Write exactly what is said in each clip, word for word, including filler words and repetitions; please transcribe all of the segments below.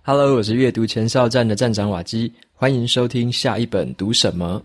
Hello， 我是阅读前哨站的站长瓦基，欢迎收听下一本读什么。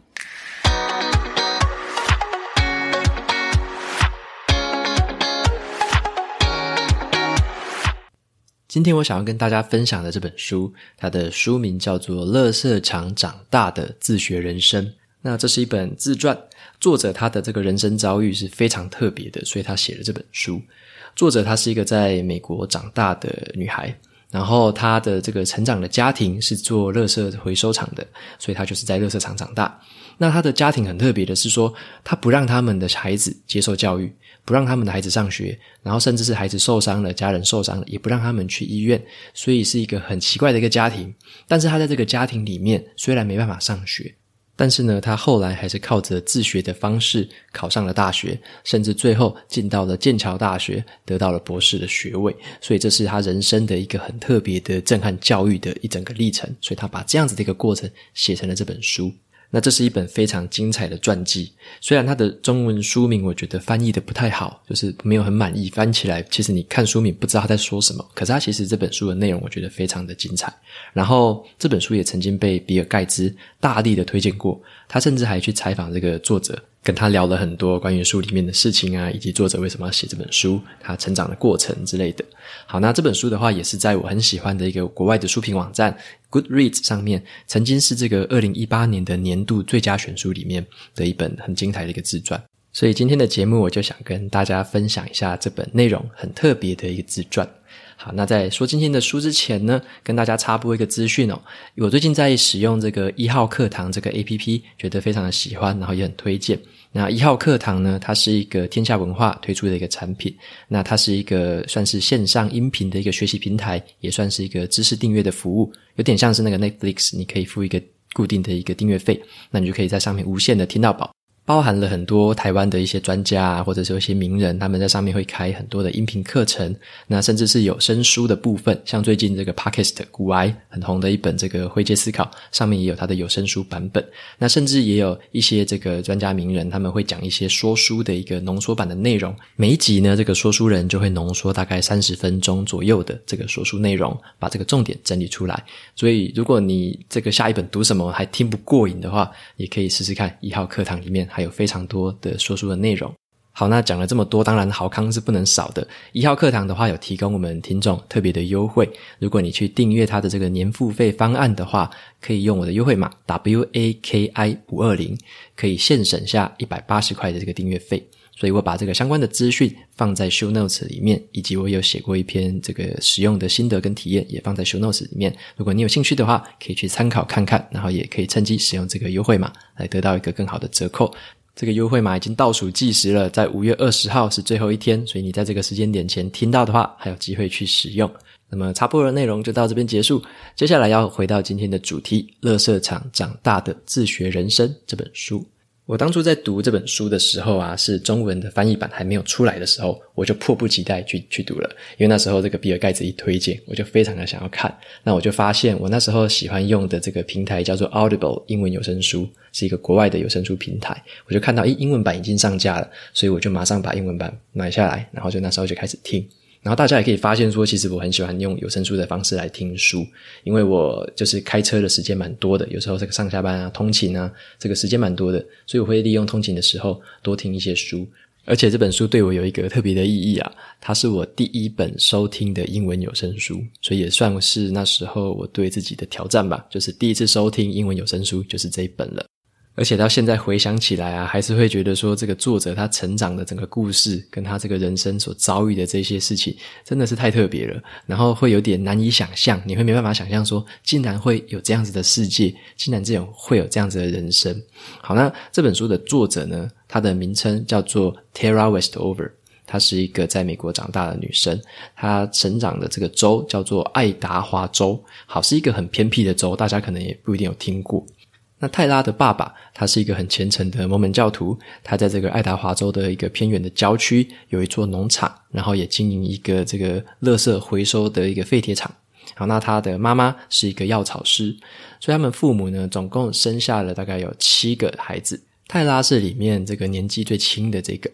今天我想要跟大家分享的这本书，它的书名叫做《垃圾场长大的自学人生》。那这是一本自传，作者他的这个人生遭遇是非常特别的，所以他写了这本书。作者她是一个在美国长大的女孩，然后她的这个成长的家庭是做垃圾回收厂的，所以她就是在垃圾场长大。那她的家庭很特别的是说，她不让他们的孩子接受教育，不让他们的孩子上学，然后甚至是孩子受伤了，家人受伤了，也不让他们去医院，所以是一个很奇怪的一个家庭。但是她在这个家庭里面虽然没办法上学，但是呢，他后来还是靠着自学的方式考上了大学，甚至最后进到了剑桥大学，得到了博士的学位。所以这是他人生的一个很特别的震撼教育的一整个历程，所以他把这样子的一个过程写成了这本书。那这是一本非常精彩的传记，虽然它的中文书名我觉得翻译的不太好，就是没有很满意，翻起来其实你看书名不知道他在说什么，可是他其实这本书的内容我觉得非常的精彩。然后这本书也曾经被比尔盖茨大力的推荐过，他甚至还去采访这个作者，跟他聊了很多关于书里面的事情啊，以及作者为什么要写这本书，他成长的过程之类的。好，那这本书的话也是在我很喜欢的一个国外的书评网站 Goodreads 上面，曾经是这个二零一八年的年度最佳选书里面的一本很精彩的一个自传。所以今天的节目我就想跟大家分享一下这本内容很特别的一个自传。好，那在说今天的书之前呢，跟大家插播一个资讯哦。我最近在使用这个一号课堂这个 A P P， 觉得非常的喜欢，然后也很推荐。那一号课堂呢，它是一个天下文化推出的一个产品，那它是一个算是线上音频的一个学习平台，也算是一个知识订阅的服务，有点像是那个 Netflix， 你可以付一个固定的一个订阅费，那你就可以在上面无限的听到饱。包含了很多台湾的一些专家啊，或者是有一些名人，他们在上面会开很多的音频课程，那甚至是有声书的部分，像最近这个 Podcast 股癌很红的一本这个灰阶思考，上面也有它的有声书版本。那甚至也有一些这个专家名人，他们会讲一些说书的一个浓缩版的内容，每一集呢这个说书人就会浓缩大概三十分钟左右的这个说书内容，把这个重点整理出来。所以如果你这个下一本读什么还听不过瘾的话，也可以试试看一号课堂里面还有非常多的说书的内容。好，那讲了这么多，当然好康是不能少的。一号课堂的话有提供我们听众特别的优惠，如果你去订阅它的这个年付费方案的话，可以用我的优惠码 W A K I 五二零， 可以现省下一百八十块的这个订阅费。所以我把这个相关的资讯放在 show notes 里面，以及我有写过一篇这个使用的心得跟体验也放在 show notes 里面，如果你有兴趣的话可以去参考看看，然后也可以趁机使用这个优惠码来得到一个更好的折扣。这个优惠码已经倒数计时了，在五月二十号是最后一天，所以你在这个时间点前听到的话还有机会去使用。那么插播的内容就到这边结束，接下来要回到今天的主题，垃圾场长大的自学人生这本书。我当初在读这本书的时候啊，是中文的翻译版还没有出来的时候，我就迫不及待去去读了，因为那时候这个比尔盖茨一推荐，我就非常的想要看。那我就发现我那时候喜欢用的这个平台叫做 Audible 英文有声书，是一个国外的有声书平台，我就看到诶英文版已经上架了，所以我就马上把英文版买下来，然后就那时候就开始听。然后大家也可以发现说，其实我很喜欢用有声书的方式来听书，因为我就是开车的时间蛮多的，有时候这个上下班啊通勤啊这个时间蛮多的，所以我会利用通勤的时候多听一些书。而且这本书对我有一个特别的意义啊，它是我第一本收听的英文有声书，所以也算是那时候我对自己的挑战吧，就是第一次收听英文有声书就是这一本了。而且到现在回想起来啊，还是会觉得说这个作者他成长的整个故事跟他这个人生所遭遇的这些事情真的是太特别了，然后会有点难以想象，你会没办法想象说竟然会有这样子的世界，竟然这种会有这样子的人生。好，那这本书的作者呢，他的名称叫做 Tara Westover， 她是一个在美国长大的女生，她成长的这个州叫做爱达华州，好，是一个很偏僻的州，大家可能也不一定有听过。那泰拉的爸爸他是一个很虔诚的摩门教徒，他在这个爱达华州的一个偏远的郊区有一座农场，然后也经营一个这个垃圾回收的一个废铁厂。好，那他的妈妈是一个药草师，所以他们父母呢总共生下了大概有七个孩子，泰拉是里面这个年纪最轻的这个。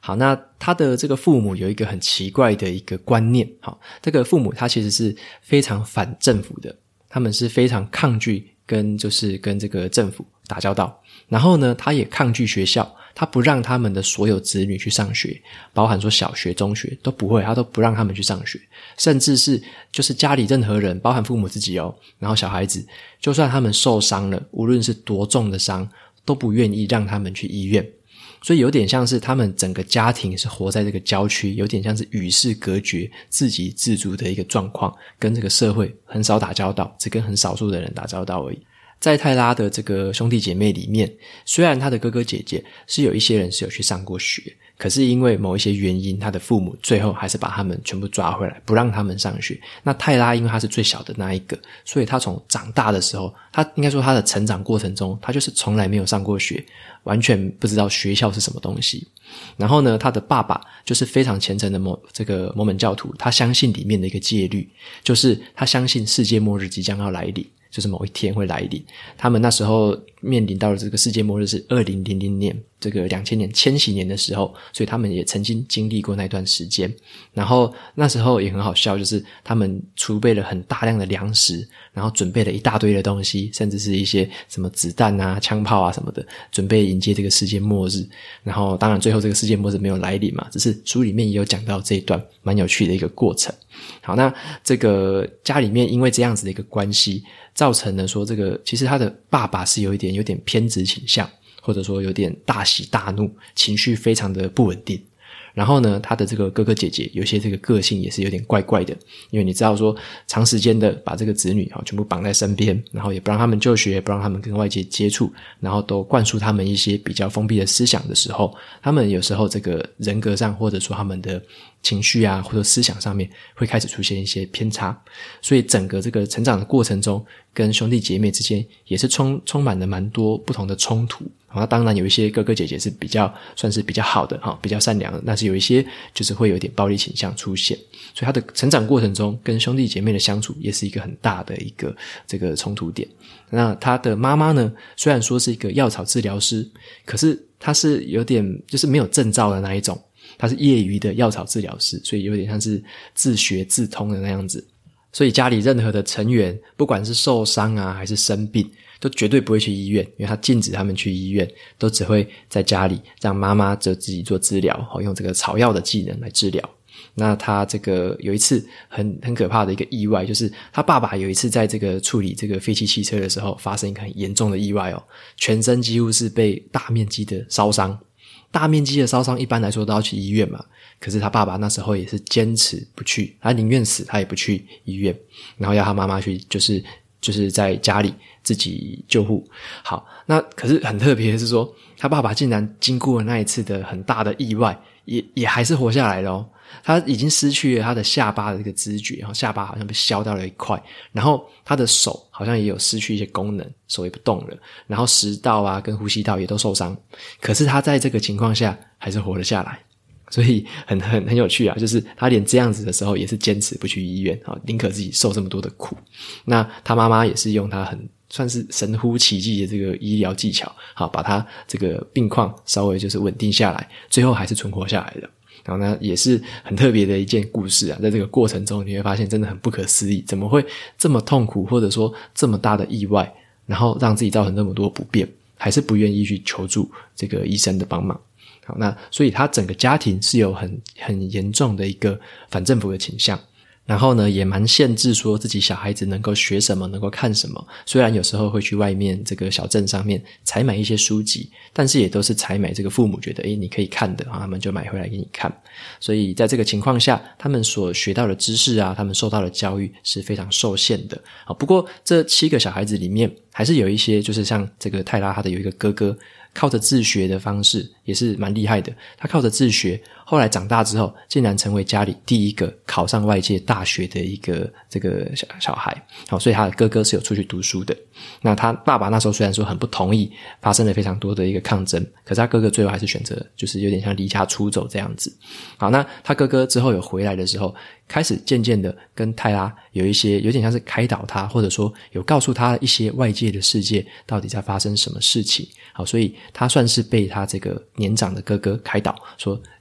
好，那他的这个父母有一个很奇怪的一个观念，好，这个父母他其实是非常反政府的，他们是非常抗拒跟就是跟这个政府打交道，然后呢他也抗拒学校，他不让他们的所有子女去上学，包含说小学中学都不会，他都不让他们去上学，甚至是就是家里任何人包含父母自己哦，然后小孩子就算他们受伤了，无论是多重的伤都不愿意让他们去医院，所以有点像是他们整个家庭是活在这个郊区，有点像是与世隔绝自给自足的一个状况，跟这个社会很少打交道，只跟很少数的人打交道而已。在泰拉的这个兄弟姐妹里面，虽然他的哥哥姐姐是有一些人是有去上过学，可是因为某一些原因，他的父母最后还是把他们全部抓回来，不让他们上学。那泰拉因为他是最小的那一个，所以他从长大的时候，他应该说他的成长过程中，他就是从来没有上过学，完全不知道学校是什么东西。然后呢，他的爸爸就是非常虔诚的摩这个摩门教徒，他相信里面的一个戒律，就是他相信世界末日即将要来临，就是某一天会来临。他们那时候面临到的这个世界末日是二零零零年，这个两千年千禧年的时候，所以他们也曾经经历过那段时间。然后那时候也很好笑，就是他们储备了很大量的粮食，然后准备了一大堆的东西，甚至是一些什么子弹啊枪炮啊什么的，准备迎接这个世界末日。然后当然最后这个世界末日没有来临嘛，只是书里面也有讲到这一段蛮有趣的一个过程。好，那这个家里面因为这样子的一个关系，造成了说这个其实他的爸爸是有一点有点偏执倾向，或者说有点大喜大怒，情绪非常的不稳定。然后呢，他的这个哥哥姐姐有些这个个性也是有点怪怪的，因为你知道说长时间的把这个子女全部绑在身边，然后也不让他们就学，不让他们跟外界接触，然后都灌输他们一些比较封闭的思想的时候，他们有时候这个人格上或者说他们的情绪啊或者思想上面会开始出现一些偏差，所以整个这个成长的过程中跟兄弟姐妹之间也是充充满了蛮多不同的冲突。那当然有一些哥哥姐姐是比较算是比较好的比较善良的，但是有一些就是会有点暴力倾向出现，所以他的成长过程中跟兄弟姐妹的相处也是一个很大的一个这个冲突点。那他的妈妈呢，虽然说是一个药草治疗师，可是他是有点就是没有证照的那一种，他是业余的药草治疗师，所以有点像是自学自通的那样子。所以家里任何的成员不管是受伤啊还是生病，都绝对不会去医院，因为他禁止他们去医院，都只会在家里让妈妈就自己做治疗，用这个草药的技能来治疗。那他这个有一次很很可怕的一个意外，就是他爸爸有一次在这个处理这个废弃汽车的时候发生一个很严重的意外哦，全身几乎是被大面积的烧伤。大面积的烧伤一般来说都要去医院嘛，可是他爸爸那时候也是坚持不去，他宁愿死他也不去医院，然后要他妈妈去就是就是在家里自己救护。好，那可是很特别的是说，他爸爸竟然经过了那一次的很大的意外，也也还是活下来了哦。他已经失去了他的下巴的这个知觉，然后下巴好像被削掉了一块，然后他的手好像也有失去一些功能，手也不动了，然后食道啊跟呼吸道也都受伤，可是他在这个情况下还是活了下来。所以很很很有趣啊，就是他连这样子的时候也是坚持不去医院啊，宁可自己受这么多的苦。那他妈妈也是用他很算是神乎其技的这个医疗技巧，好把他这个病况稍微就是稳定下来，最后还是存活下来的。然后呢，也是很特别的一件故事啊，在这个过程中你会发现真的很不可思议，怎么会这么痛苦，或者说这么大的意外，然后让自己造成那么多不便，还是不愿意去求助这个医生的帮忙。好，那所以他整个家庭是有很很严重的一个反政府的倾向，然后呢也蛮限制说自己小孩子能够学什么能够看什么，虽然有时候会去外面这个小镇上面采买一些书籍，但是也都是采买这个父母觉得诶你可以看的，他们就买回来给你看。所以在这个情况下，他们所学到的知识啊，他们受到的教育是非常受限的。好，不过这七个小孩子里面还是有一些，就是像这个泰拉他的有一个哥哥，靠着自学的方式也是蛮厉害的，他靠着自学后来长大之后竟然成为家里第一个考上外界大学的一个这个小小孩。好，所以他的哥哥是有出去读书的。那他爸爸那时候虽然说很不同意，发生了非常多的一个抗争，可是他哥哥最后还是选择就是有点像离家出走这样子。好，那他哥哥之后有回来的时候，开始渐渐的跟泰拉有一些有点像是开导他，或者说有告诉他一些外界的世界到底在发生什么事情。好，所以他算是被他这个年长的哥哥开导，说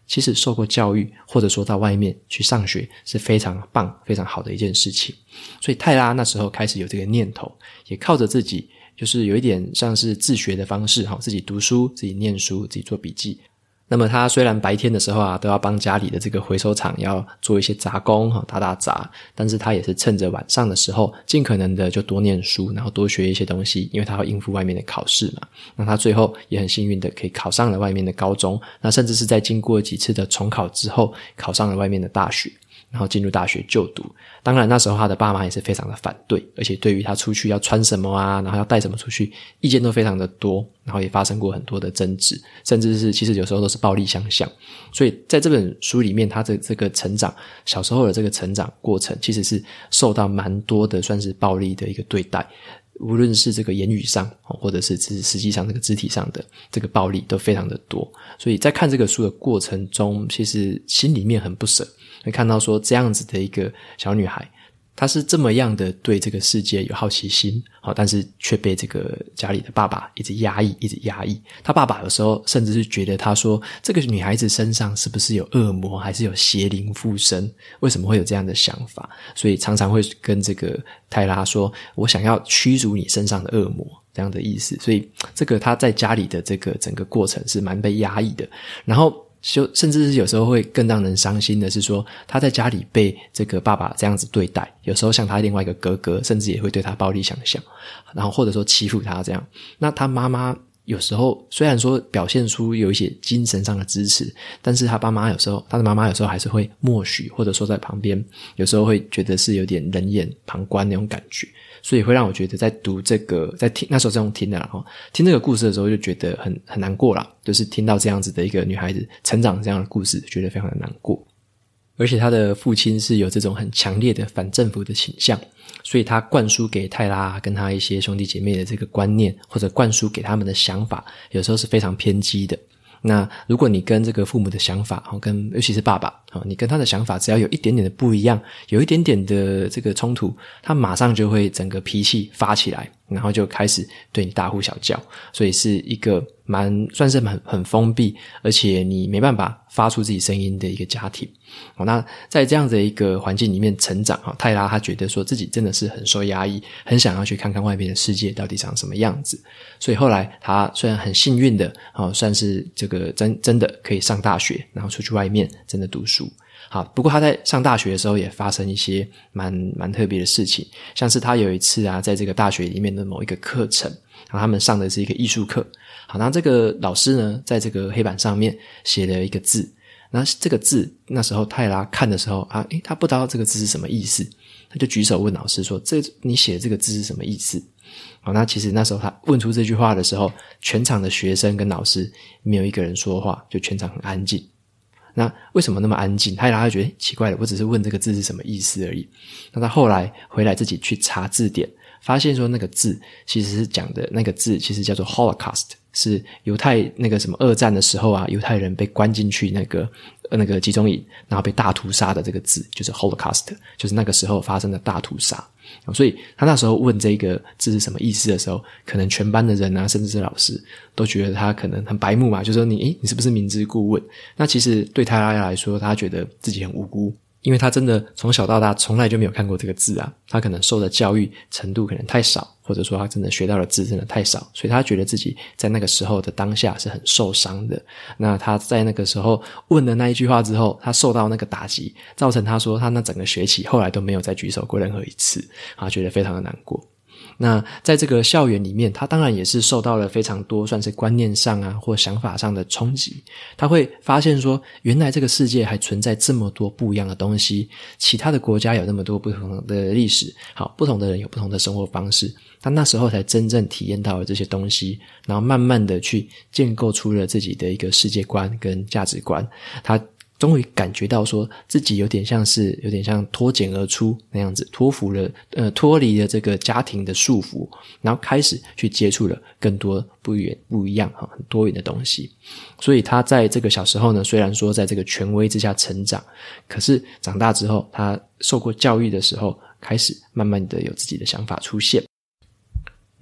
其实受过教育或者说到外面去上学是非常棒非常好的一件事情。所以泰拉那时候开始有这个念头，也靠着自己就是有一点像是自学的方式，自己读书自己念书自己做笔记。那么他虽然白天的时候啊都要帮家里的这个回收厂要做一些杂工打打杂，但是他也是趁着晚上的时候尽可能的就多念书，然后多学一些东西，因为他要应付外面的考试嘛。那他最后也很幸运的可以考上了外面的高中，那甚至是在经过几次的重考之后考上了外面的大学，然后进入大学就读。当然那时候他的爸妈也是非常的反对，而且对于他出去要穿什么啊，然后要带什么出去，意见都非常的多，然后也发生过很多的争执，甚至是其实有时候都是暴力相向。所以在这本书里面，他的这个成长小时候的这个成长过程其实是受到蛮多的算是暴力的一个对待，无论是这个言语上或者是实际上这个肢体上的这个暴力都非常的多。所以在看这个书的过程中，其实心里面很不舍，会看到说这样子的一个小女孩，她是这么样的对这个世界有好奇心，但是却被这个家里的爸爸一直压抑一直压抑。她爸爸有时候甚至是觉得她说这个女孩子身上是不是有恶魔，还是有邪灵附身，为什么会有这样的想法，所以常常会跟这个泰拉说我想要驱逐你身上的恶魔这样的意思。所以这个她在家里的这个整个过程是蛮被压抑的。然后就甚至是有时候会更让人伤心的是说，他在家里被这个爸爸这样子对待，有时候像他另外一个哥哥甚至也会对他暴力相向，然后或者说欺负他这样。那他妈妈有时候虽然说表现出有一些精神上的支持，但是他爸妈有时候他的妈妈有时候还是会默许，或者说在旁边有时候会觉得是有点冷眼旁观那种感觉。所以会让我觉得在读这个在听那时候这种听的啦听这个故事的时候就觉得很很难过啦，就是听到这样子的一个女孩子成长这样的故事，觉得非常的难过。而且他的父亲是有这种很强烈的反政府的倾向，所以他灌输给泰拉跟他一些兄弟姐妹的这个观念，或者灌输给他们的想法，有时候是非常偏激的。那如果你跟这个父母的想法跟尤其是爸爸你跟他的想法只要有一点点的不一样，有一点点的这个冲突，他马上就会整个脾气发起来，然后就开始对你大呼小叫。所以是一个蛮算是很很封闭，而且你没办法发出自己声音的一个家庭。那在这样的一个环境里面成长，泰拉他觉得说自己真的是很受压抑，很想要去看看外面的世界到底长什么样子。所以后来他虽然很幸运的算是这个真真的可以上大学，然后出去外面真的读书。好，不过他在上大学的时候也发生一些蛮蛮特别的事情，像是他有一次啊，在这个大学里面的某一个课程，然后他们上的是一个艺术课。好，那这个老师呢，在这个黑板上面写了一个字，那这个字那时候泰拉看的时候啊，诶，他不知道这个字是什么意思，他就举手问老师说：“这你写的这个字是什么意思？”好，那其实那时候他问出这句话的时候，全场的学生跟老师没有一个人说话，就全场很安静。那为什么那么安静？泰拉就觉得奇怪了，我只是问这个字是什么意思而已。那他后来回来自己去查字典，发现说那个字其实是讲的那个字其实叫做 Holocaust， 是犹太那个什么二战的时候啊，犹太人被关进去那个那个集中营，然后被大屠杀的这个字就是 Holocaust， 就是那个时候发生的大屠杀。所以他那时候问这个字是什么意思的时候，可能全班的人啊，甚至是老师都觉得他可能很白目嘛，就说你诶你是不是明知故问？那其实对他来说，他觉得自己很无辜，因为他真的从小到大从来就没有看过这个字啊，他可能受的教育程度可能太少，或者说他真的学到的字真的太少，所以他觉得自己在那个时候的当下是很受伤的。那他在那个时候问了那一句话之后，他受到那个打击，造成他说他那整个学期后来都没有再举手过任何一次，他觉得非常的难过。那在这个校园里面，他当然也是受到了非常多算是观念上啊或想法上的冲击。他会发现说，原来这个世界还存在这么多不一样的东西，其他的国家有那么多不同的历史，好，不同的人有不同的生活方式。他那时候才真正体验到了这些东西，然后慢慢的去建构出了自己的一个世界观跟价值观。他终于感觉到说自己有点像是有点像脱茧而出那样子，脱服了呃脱离了这个家庭的束缚，然后开始去接触了更多不一不一样很多元的东西。所以他在这个小时候呢，虽然说在这个权威之下成长，可是长大之后他受过教育的时候，开始慢慢的有自己的想法出现。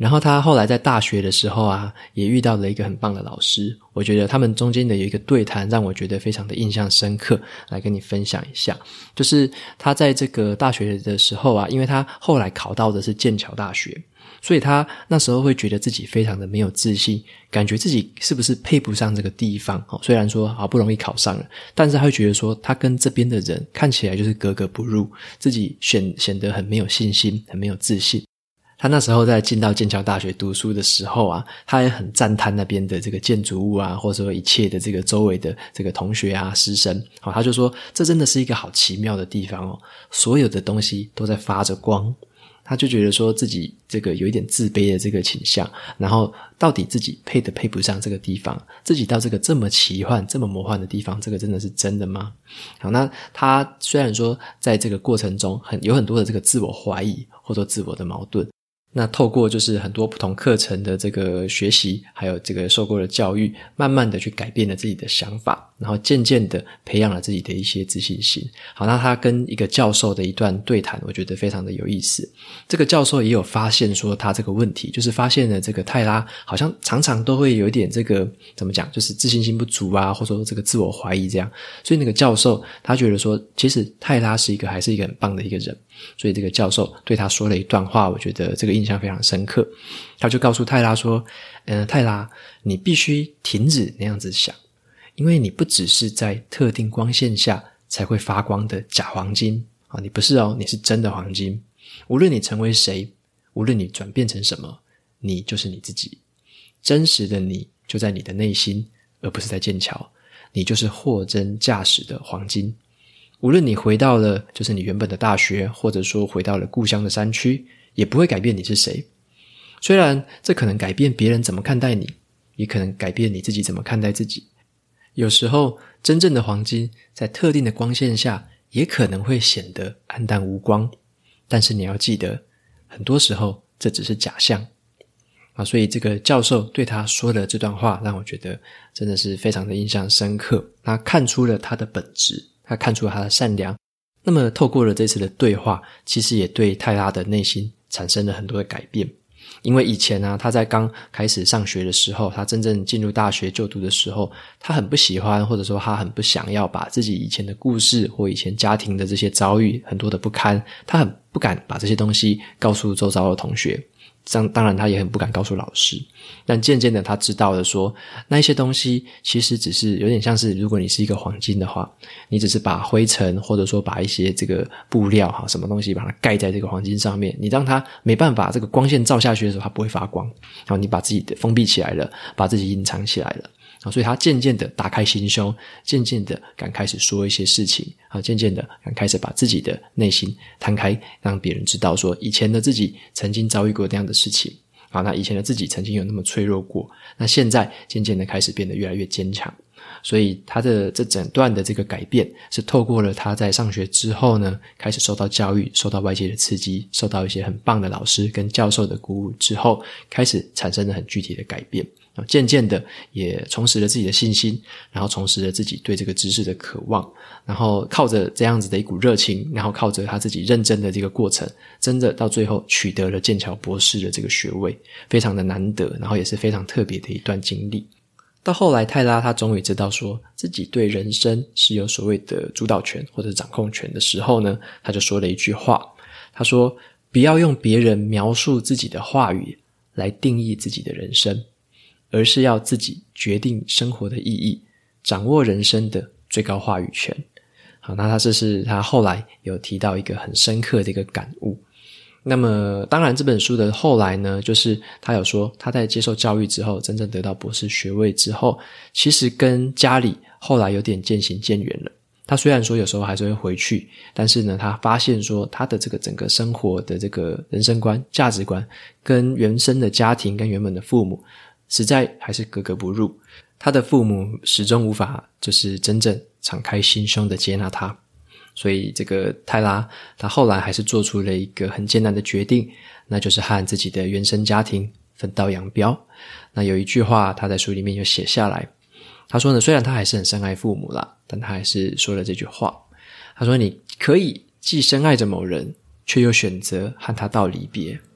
然后他后来在大学的时候啊，也遇到了一个很棒的老师，我觉得他们中间的有一个对谈让我觉得非常的印象深刻，来跟你分享一下。就是他在这个大学的时候啊，因为他后来考到的是剑桥大学，所以他那时候会觉得自己非常的没有自信，感觉自己是不是配不上这个地方，虽然说好不容易考上了，但是他会觉得说他跟这边的人看起来就是格格不入，自己显显得很没有信心，很没有自信。他那时候在进到剑桥大学读书的时候啊，他也很赞叹那边的这个建筑物啊，或者说一切的这个周围的这个同学啊师生，好，他就说这真的是一个好奇妙的地方哦，所有的东西都在发着光。他就觉得说自己这个有一点自卑的这个倾向，然后到底自己配得配不上这个地方，自己到这个这么奇幻这么魔幻的地方，这个真的是真的吗？好，那他虽然说在这个过程中很有很多的这个自我怀疑或者说自我的矛盾，那透过就是很多不同课程的这个学习，还有这个受过的教育，慢慢的去改变了自己的想法，然后渐渐的培养了自己的一些自信心。好，那他跟一个教授的一段对谈，我觉得非常的有意思。这个教授也有发现说他这个问题，就是发现了这个泰拉好像常常都会有一点这个怎么讲，就是自信心不足啊，或者说这个自我怀疑这样。所以那个教授他觉得说，其实泰拉是一个还是一个很棒的一个人。所以这个教授对他说了一段话，我觉得这个印象非常深刻。他就告诉泰拉说，呃，泰拉，你必须停止那样子想，因为你不只是在特定光线下才会发光的假黄金啊，你不是哦，你是真的黄金。无论你成为谁，无论你转变成什么，你就是你自己。真实的你就在你的内心，而不是在剑桥。你就是货真价实的黄金。无论你回到了就是你原本的大学，或者说回到了故乡的山区，也不会改变你是谁。虽然这可能改变别人怎么看待你，也可能改变你自己怎么看待自己。有时候真正的黄金在特定的光线下也可能会显得暗淡无光，但是你要记得，很多时候这只是假象啊。所以这个教授对他说的这段话让我觉得真的是非常的印象深刻。他看出了他的本质，他看出了他的善良。那么透过了这次的对话，其实也对泰拉的内心产生了很多的改变。因为以前啊，他在刚开始上学的时候，他真正进入大学就读的时候，他很不喜欢，或者说他很不想要把自己以前的故事或以前家庭的这些遭遇很多的不堪，他很不敢把这些东西告诉周遭的同学。当然他也很不敢告诉老师，但渐渐的他知道了说，那一些东西其实只是有点像是，如果你是一个黄金的话，你只是把灰尘或者说把一些这个布料哈什么东西把它盖在这个黄金上面，你让它没办法这个光线照下去的时候它不会发光，然后你把自己的封闭起来了，把自己隐藏起来了。所以他渐渐的打开心胸，渐渐的敢开始说一些事情，渐渐的敢开始把自己的内心摊开，让别人知道说以前的自己曾经遭遇过那样的事情，那以前的自己曾经有那么脆弱过，那现在渐渐的开始变得越来越坚强。所以他的这整段的这个改变是透过了他在上学之后呢，开始受到教育，受到外界的刺激，受到一些很棒的老师跟教授的鼓舞之后，开始产生了很具体的改变。渐渐的也重拾了自己的信心，然后重拾了自己对这个知识的渴望，然后靠着这样子的一股热情，然后靠着他自己认真的这个过程，真的到最后取得了剑桥博士的这个学位，非常的难得，然后也是非常特别的一段经历。到后来泰拉他终于知道说自己对人生是有所谓的主导权或者掌控权的时候呢，他就说了一句话，他说不要用别人描述自己的话语来定义自己的人生，而是要自己决定生活的意义，掌握人生的最高话语权。好，那他这是他后来有提到一个很深刻的一个感悟。那么当然这本书的后来呢，就是他有说他在接受教育之后，真正得到博士学位之后，其实跟家里后来有点渐行渐远了。他虽然说有时候还是会回去，但是呢他发现说他的这个整个生活的这个人生观价值观跟原生的家庭跟原本的父母实在还是格格不入，他的父母始终无法就是真正敞开心胸的接纳他。所以这个泰拉他后来还是做出了一个很艰难的决定，那就是和自己的原生家庭分道扬镳。那有一句话他在书里面有写下来，他说呢，虽然他还是很深爱父母啦，但他还是说了这句话，他说你可以既深爱着某人，却又选择和他道离别，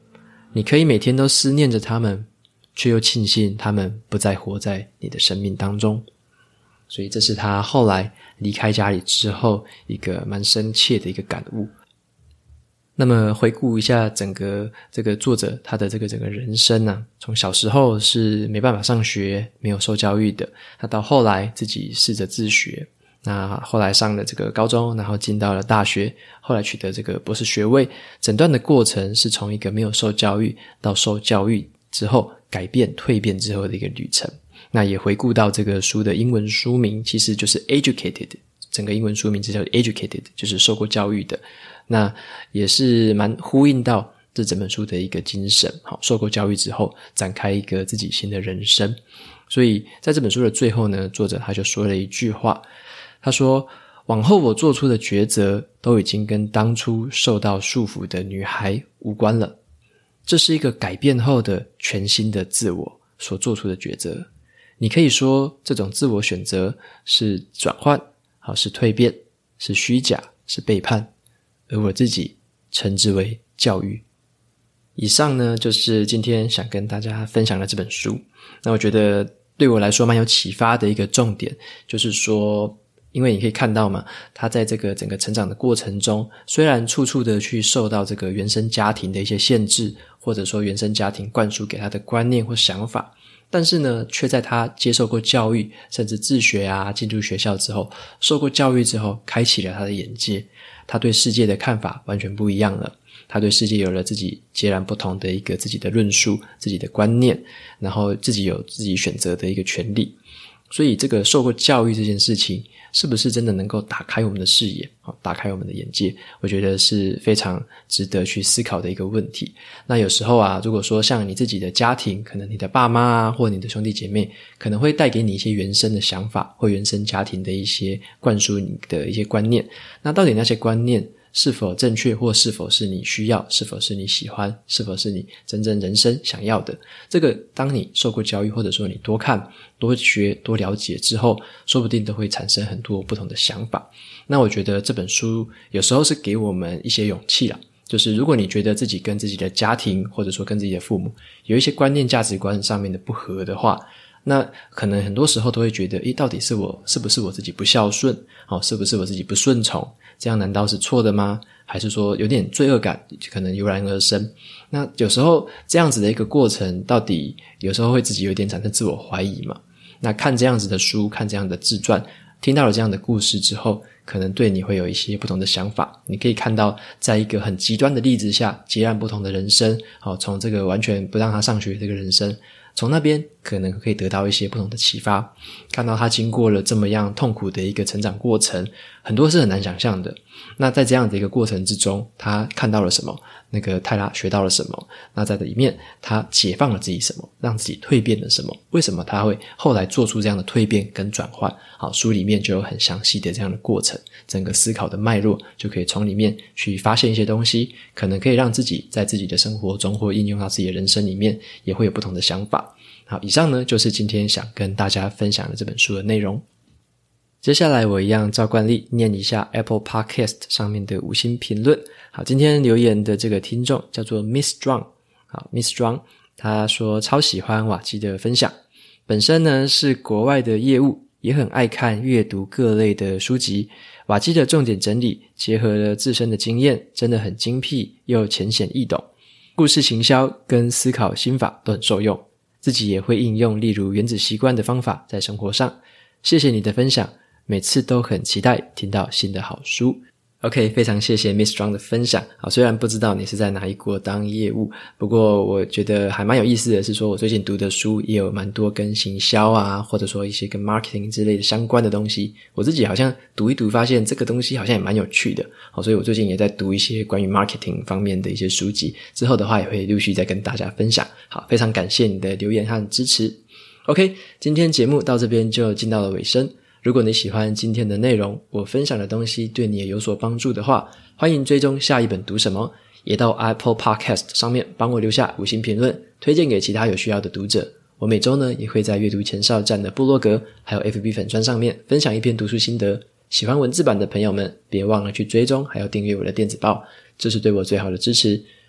你可以每天都思念着他们，却又庆幸他们不再活在你的生命当中。所以这是他后来离开家里之后一个蛮深切的一个感悟。那么回顾一下整个这个作者他的这个整个人生啊，从小时候是没办法上学，没有受教育的，他到后来自己试着自学，那后来上了这个高中，然后进到了大学，后来取得这个博士学位，整段的过程是从一个没有受教育到受教育之后改变蜕变之后的一个旅程。那也回顾到这个书的英文书名其实就是 educated， 整个英文书名就叫 educated， 就是受过教育的。那也是蛮呼应到这整本书的一个精神，好，受过教育之后展开一个自己新的人生。所以在这本书的最后呢，作者他就说了一句话，他说往后我做出的抉择都已经跟当初受到束缚的女孩无关了，这是一个改变后的全新的自我所做出的抉择。你可以说这种自我选择是转换，好，是蜕变，是虚假，是背叛，而我自己称之为教育。以上呢就是今天想跟大家分享的这本书。那我觉得对我来说蛮有启发的一个重点，就是说因为你可以看到嘛，他在这个整个成长的过程中，虽然处处的去受到这个原生家庭的一些限制，或者说原生家庭灌输给他的观念或想法，但是呢却在他接受过教育，甚至自学啊，进入学校之后，受过教育之后，开启了他的眼界，他对世界的看法完全不一样了，他对世界有了自己截然不同的一个自己的论述，自己的观念，然后自己有自己选择的一个权利。所以这个受过教育这件事情是不是真的能够打开我们的视野，打开我们的眼界，我觉得是非常值得去思考的一个问题。那有时候啊，如果说像你自己的家庭，可能你的爸妈啊，或你的兄弟姐妹可能会带给你一些原生的想法，或原生家庭的一些灌输你的一些观念，那到底那些观念是否正确，或是否是你需要，是否是你喜欢，是否是你真正人生想要的，这个当你受过教育，或者说你多看多学多了解之后，说不定都会产生很多不同的想法。那我觉得这本书有时候是给我们一些勇气啦，就是如果你觉得自己跟自己的家庭，或者说跟自己的父母有一些观念价值观上面的不合的话，那可能很多时候都会觉得，诶，到底是我是不是我自己不孝顺，哦，是不是我自己不顺从，这样难道是错的吗？还是说有点罪恶感可能油然而生。那有时候这样子的一个过程，到底有时候会自己有点产生自我怀疑嘛。那看这样子的书，看这样的自传，听到了这样的故事之后，可能对你会有一些不同的想法。你可以看到在一个很极端的例子下，截然不同的人生，哦，从这个完全不让他上学这个人生，从那边可能可以得到一些不同的启发，看到他经过了这么样痛苦的一个成长过程，很多是很难想象的。那在这样的一个过程之中，他看到了什么？那个泰拉学到了什么？那在里面他解放了自己什么？让自己蜕变了什么？为什么他会后来做出这样的蜕变跟转换？好，书里面就有很详细的这样的过程，整个思考的脉络就可以从里面去发现一些东西，可能可以让自己在自己的生活中或应用到自己的人生里面，也会有不同的想法。好，以上呢就是今天想跟大家分享的这本书的内容。接下来我一样照惯例念一下 Apple Podcast 上面的五星评论。好，今天留言的这个听众叫做 Miss Strong。好 Miss Strong 他说超喜欢瓦基的分享，本身呢是国外的业务，也很爱看阅读各类的书籍，瓦基的重点整理结合了自身的经验，真的很精辟又浅显易懂，故事行销跟思考心法都很受用，自己也会应用例如原子习惯的方法在生活上。谢谢你的分享，每次都很期待听到新的好书。OK， 非常谢谢 Miss Strong 的分享。好，虽然不知道你是在哪一国当业务，不过我觉得还蛮有意思的是说，我最近读的书也有蛮多跟行销啊，或者说一些跟 marketing 之类的相关的东西，我自己好像读一读发现这个东西好像也蛮有趣的。好，所以我最近也在读一些关于 marketing 方面的一些书籍，之后的话也会陆续再跟大家分享。好，非常感谢你的留言和支持。OK， 今天节目到这边就进到了尾声。如果你喜欢今天的内容，我分享的东西对你也有所帮助的话，欢迎追踪下一本读什么，也到 Apple Podcast 上面帮我留下五星评论，推荐给其他有需要的读者。我每周呢也会在阅读前哨站的部落格还有 F B 粉专上面分享一篇读书心得，喜欢文字版的朋友们别忘了去追踪还有订阅我的电子报，这是对我最好的支持。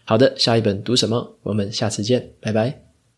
好的，下一本读什么？我们下次见，拜拜。